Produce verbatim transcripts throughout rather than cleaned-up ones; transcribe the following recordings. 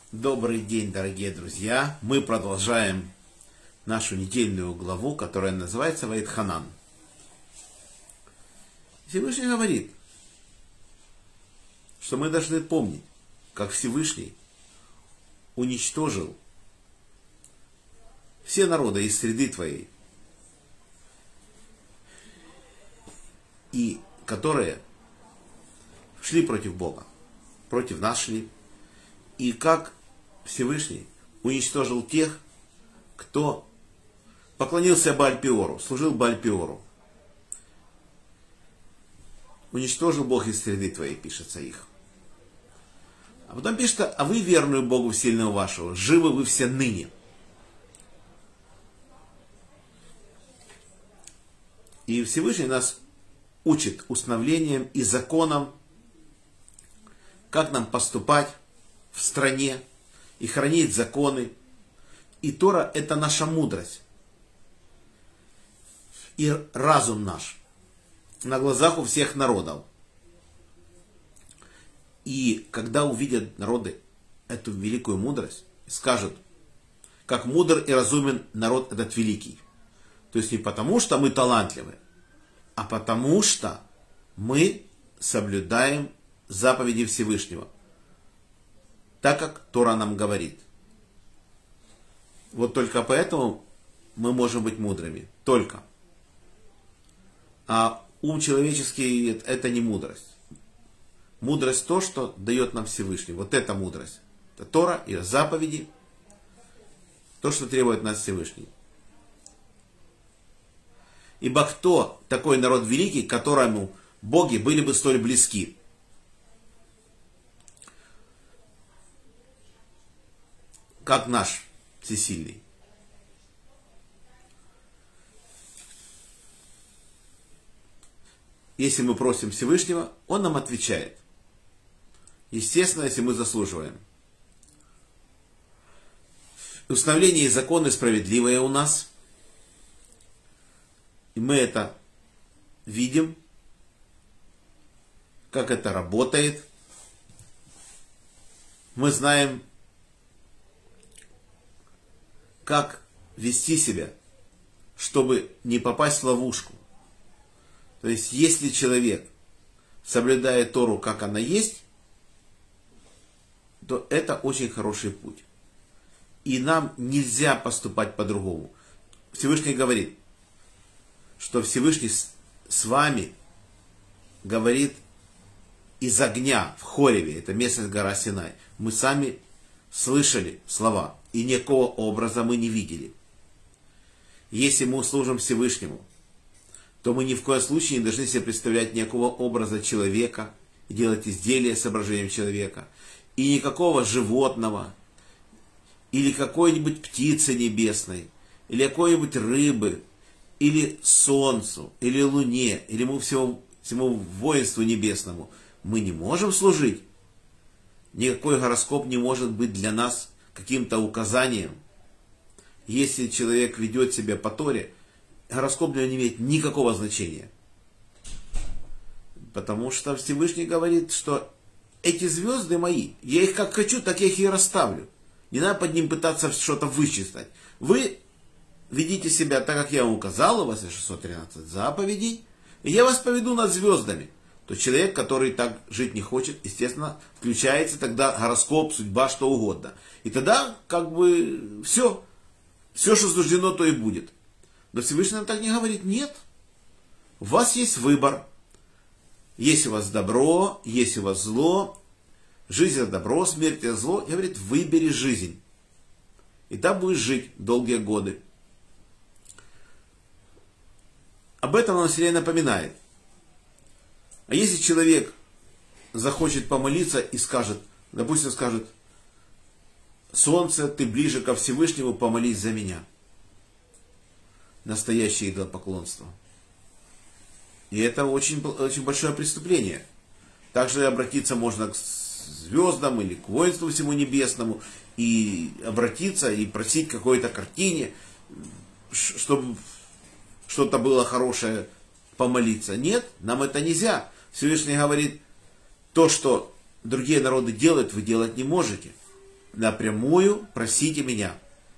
Добрый день, дорогие друзья! Мы продолжаем нашу недельную главу, которая называется Ваэтханан. Всевышний говорит, что мы должны помнить, как Всевышний уничтожил все народы из среды твоей, и которые шли против Бога, против нас шли, и как Всевышний уничтожил тех, кто поклонился Бааль-Пеору, служил Бааль-Пеору. Уничтожил Бог из среды твоей, пишется их. А потом пишется, а вы верную Богу сильного вашего, живы вы все ныне. И Всевышний нас учит установлением и законом, как нам поступать в стране и хранить законы. И Тора — это наша мудрость и разум наш на глазах у всех народов. И когда увидят народы эту великую мудрость, скажут, как мудр и разумен народ этот великий. То есть не потому, что мы талантливы, а потому, что мы соблюдаем заповеди Всевышнего, так как Тора нам говорит. Вот только поэтому мы можем быть мудрыми. Только. А ум человеческий — это не мудрость. Мудрость — то, что дает нам Всевышний. Вот это мудрость. Это Тора и заповеди. То, что требует нас Всевышний. Ибо кто такой народ великий, которому боги были бы столь близки? Как наш всесильный. Если мы просим Всевышнего, Он нам отвечает. Естественно, если мы заслуживаем. Установление и законы справедливые у нас. И мы это видим, как это работает. Мы знаем, как вести себя, чтобы не попасть в ловушку. То есть, если человек соблюдает Тору, как она есть, то это очень хороший путь. И нам нельзя поступать по-другому. Всевышний говорит, что Всевышний с вами говорит из огня в Хореве, это местность гора Синай. Мы сами слышали слова, и никакого образа мы не видели. Если мы служим Всевышнему, то мы ни в коем случае не должны себе представлять никакого образа человека, и делать изделия с изображением человека, и никакого животного, или какой-нибудь птицы небесной, или какой-нибудь рыбы, или солнцу, или луне, или мы всему, всему воинству небесному. Мы не можем служить. Никакой гороскоп не может быть для нас каким-то указанием. Если человек ведет себя по Торе, гороскоп для него не имеет никакого значения. Потому что Всевышний говорит, что эти звезды мои, я их как хочу, так я их и расставлю. Не надо под ним пытаться что-то вычислить. Вы ведите себя так, как я вам указал, у вас есть шестьсот тринадцать заповедей, и я вас поведу над звездами. То человек, который так жить не хочет, естественно, включается тогда гороскоп, судьба, что угодно. И тогда как бы все, все, что суждено, то и будет. Но Всевышний нам так не говорит. Нет. У вас есть выбор. Есть у вас добро, есть у вас зло. Жизнь — это добро, смерть — это зло. И говорит, выбери жизнь. И там будешь жить долгие годы. Об этом он все время напоминает. А если человек захочет помолиться и скажет, допустим, скажет, солнце, ты ближе ко Всевышнему, помолись за меня. Настоящее идолопоклонство. И это очень, очень большое преступление. Также обратиться можно к звездам или к воинству всему небесному, и обратиться и просить какой-то картине, чтобы что-то было хорошее, помолиться. Нет, нам это нельзя. Всевышний говорит, то, что другие народы делают, вы делать не можете. напрямую просите меня.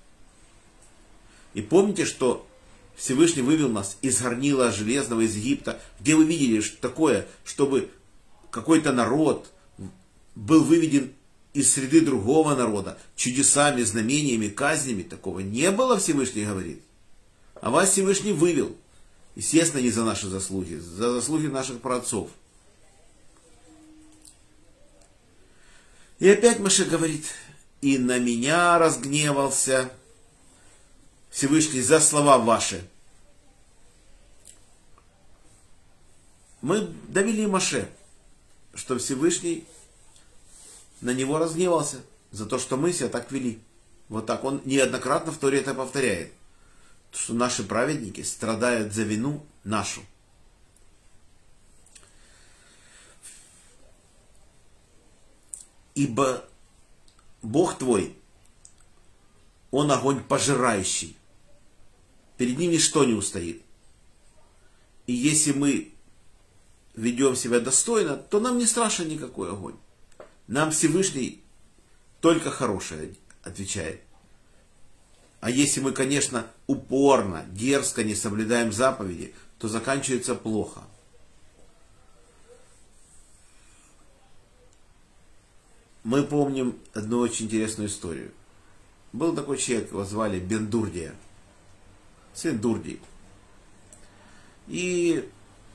И помните, что Всевышний вывел нас из горнила железного, из Египта, где вы видели что такое, чтобы какой-то народ был выведен из среды другого народа, чудесами, знамениями, казнями. Такого не было, Всевышний говорит. А вас Всевышний вывел. Естественно, не за наши заслуги, за заслуги наших праотцов. И опять Моше говорит: и на меня разгневался Всевышний за слова ваши. Мы довели Моше, что Всевышний на него разгневался за то, что мы себя так вели. Вот так. Он неоднократно в Торе это повторяет. Что наши праведники страдают за вину нашу. Ибо Бог твой, Он огонь пожирающий. Перед ним ничто не устоит. И если мы ведем себя достойно, то нам не страшен никакой огонь. Нам Всевышний только хорошее отвечает. А если мы, конечно, упорно, дерзко не соблюдаем заповеди, то заканчивается плохо. Мы помним одну очень интересную историю. Был такой человек, его звали Бен Дурдия, сын Дурдии. И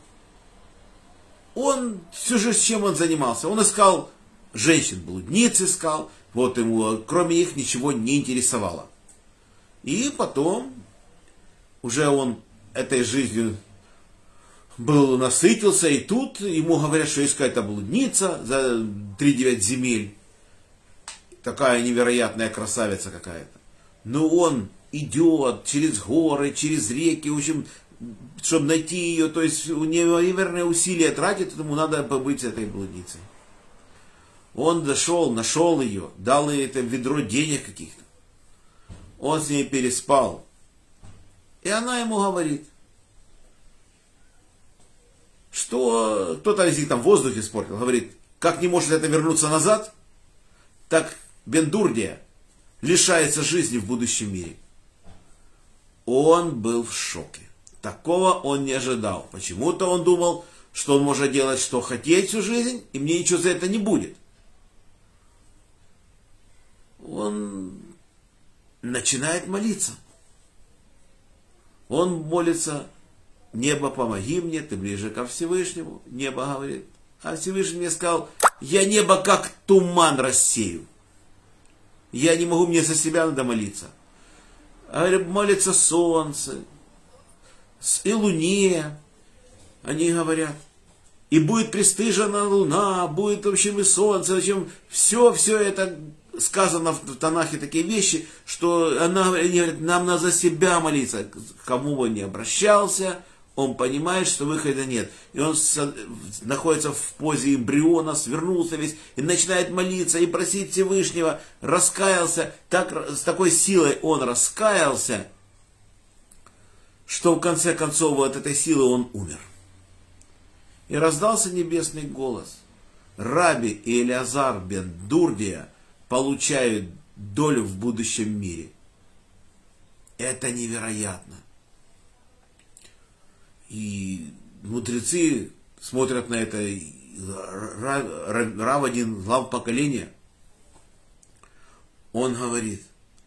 он, всю жизнь чем он занимался? Он искал женщин, блудниц искал, вот ему, кроме их, ничего не интересовало. И потом, уже он этой жизнью был, насытился, и тут ему говорят, что есть какая-то блудница за тридевять земель. Такая невероятная красавица какая-то. Но он идет через горы, через реки, в общем, чтобы найти ее, то есть невероятные усилия тратит, ему надо побыть с этой блудницей. Он дошел, нашел ее, дал ей это ведро денег каких-то. Он с ней переспал. И она ему говорит, что кто-то из них там воздух испортил. Говорит, как не может это вернуться назад, так Бен Дурдия лишается жизни в будущем мире. Он был в шоке. Такого он не ожидал. Почему-то он думал, что он может делать, что хотеть всю жизнь, и мне ничего за это не будет. Он начинает молиться. Он молится: небо, помоги мне, ты ближе ко Всевышнему. Небо говорит. А Всевышний мне сказал: я небо как туман рассею. Я не могу, мне за себя надо молиться. А молится солнце и луне. Они говорят. И будет пристыжена луна, будет, в общем, и солнце. В общем, все, все это сказано в Танахе, такие вещи, что она, они говорят, нам надо за себя молиться. К кому бы ни обращался, он понимает, что выхода нет. И он находится в позе эмбриона, свернулся весь, и начинает молиться, и просить Всевышнего, раскаялся. Так, с такой силой он раскаялся, что в конце концов от этой силы он умер. И раздался небесный голос: Раби и Элиазар бен Дурдия получают долю в будущем мире. Это невероятно. И мудрецы смотрят на это. Рав один, глав поколения, он говорит: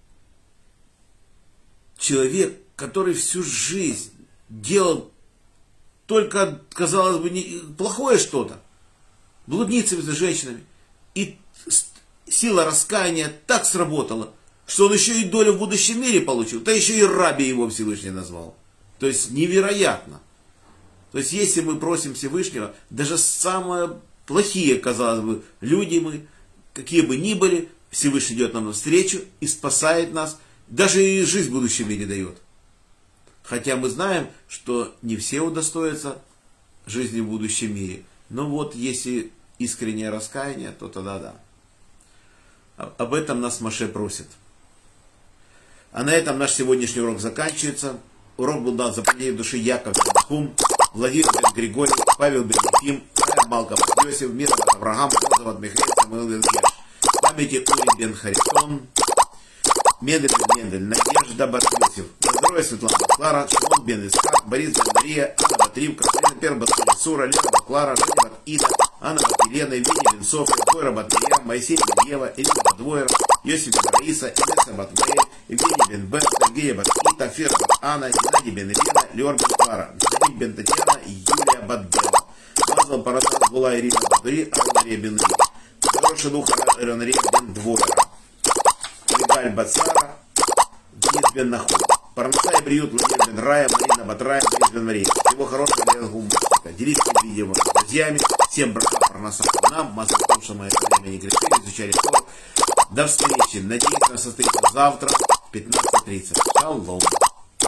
человек, который всю жизнь делал только, казалось бы, не, плохое что-то, блудницами, с женщинами, и сила раскаяния так сработала, что он еще и долю в будущем мире получил, да еще и раби его Всевышний назвал. То есть невероятно. То есть если мы просим Всевышнего, даже самые плохие, казалось бы, люди мы, какие бы ни были, Всевышний идет нам навстречу и спасает нас, даже и жизнь в будущем мире дает. Хотя мы знаем, что не все удостоятся жизни в будущем мире. Но вот если искреннее раскаяние, то тогда да. Об этом нас Моше просит. А на этом наш сегодняшний урок заканчивается. Урок был дан за поднятие души Яков бен Нахум, Владимир бен Григорий, Павел бен Ефим, Малков, Иосиф, Мир, Авраам, Озав, Михаил, Самуил бен Геш. Пети Ури Бен Харитон, Мендель Бен Мендель, Надежда Батюсев, на здоровье Светлана Клара, Шимон Бен Исхак, Борис Бен Мария, Анна Батривка, Катерина Пер Батсура, Лена Клара, Женя Бат Ида, Анна Бат Елена, Евгения Бен Софья, Двойра Бат Илья, Моисей Бен Ева, Ирина Бат Двойра, Йосиф Бен Раиса, Инесса Бат Мэя, Евгения Бен Бен, Евгения Бат Ита, Фера Бат Анна, Геннадий Бен Елена, Леор Бен Клара, Давид Бен Татьяна, Юлия Бат Бела, Мазал Парасад была Ирина Бат Дури, Арунария Бен Ри, Хороший дух Арунария Бен Двойра, Легаль Бат Сара, Денис Бен Нахуд, Парнасай Бриют, Владимир Бен Рая, Марина Батрая, Борис Бен Мария. Всего хорошего для гуморщика. Делитесь видео с друзьями. Всем браха Парнаса нам. Масса в том, что мы это время не грешили, изучали Тору. До встречи. Надеюсь, нас состоится завтра в пятнадцать тридцать. Шалом.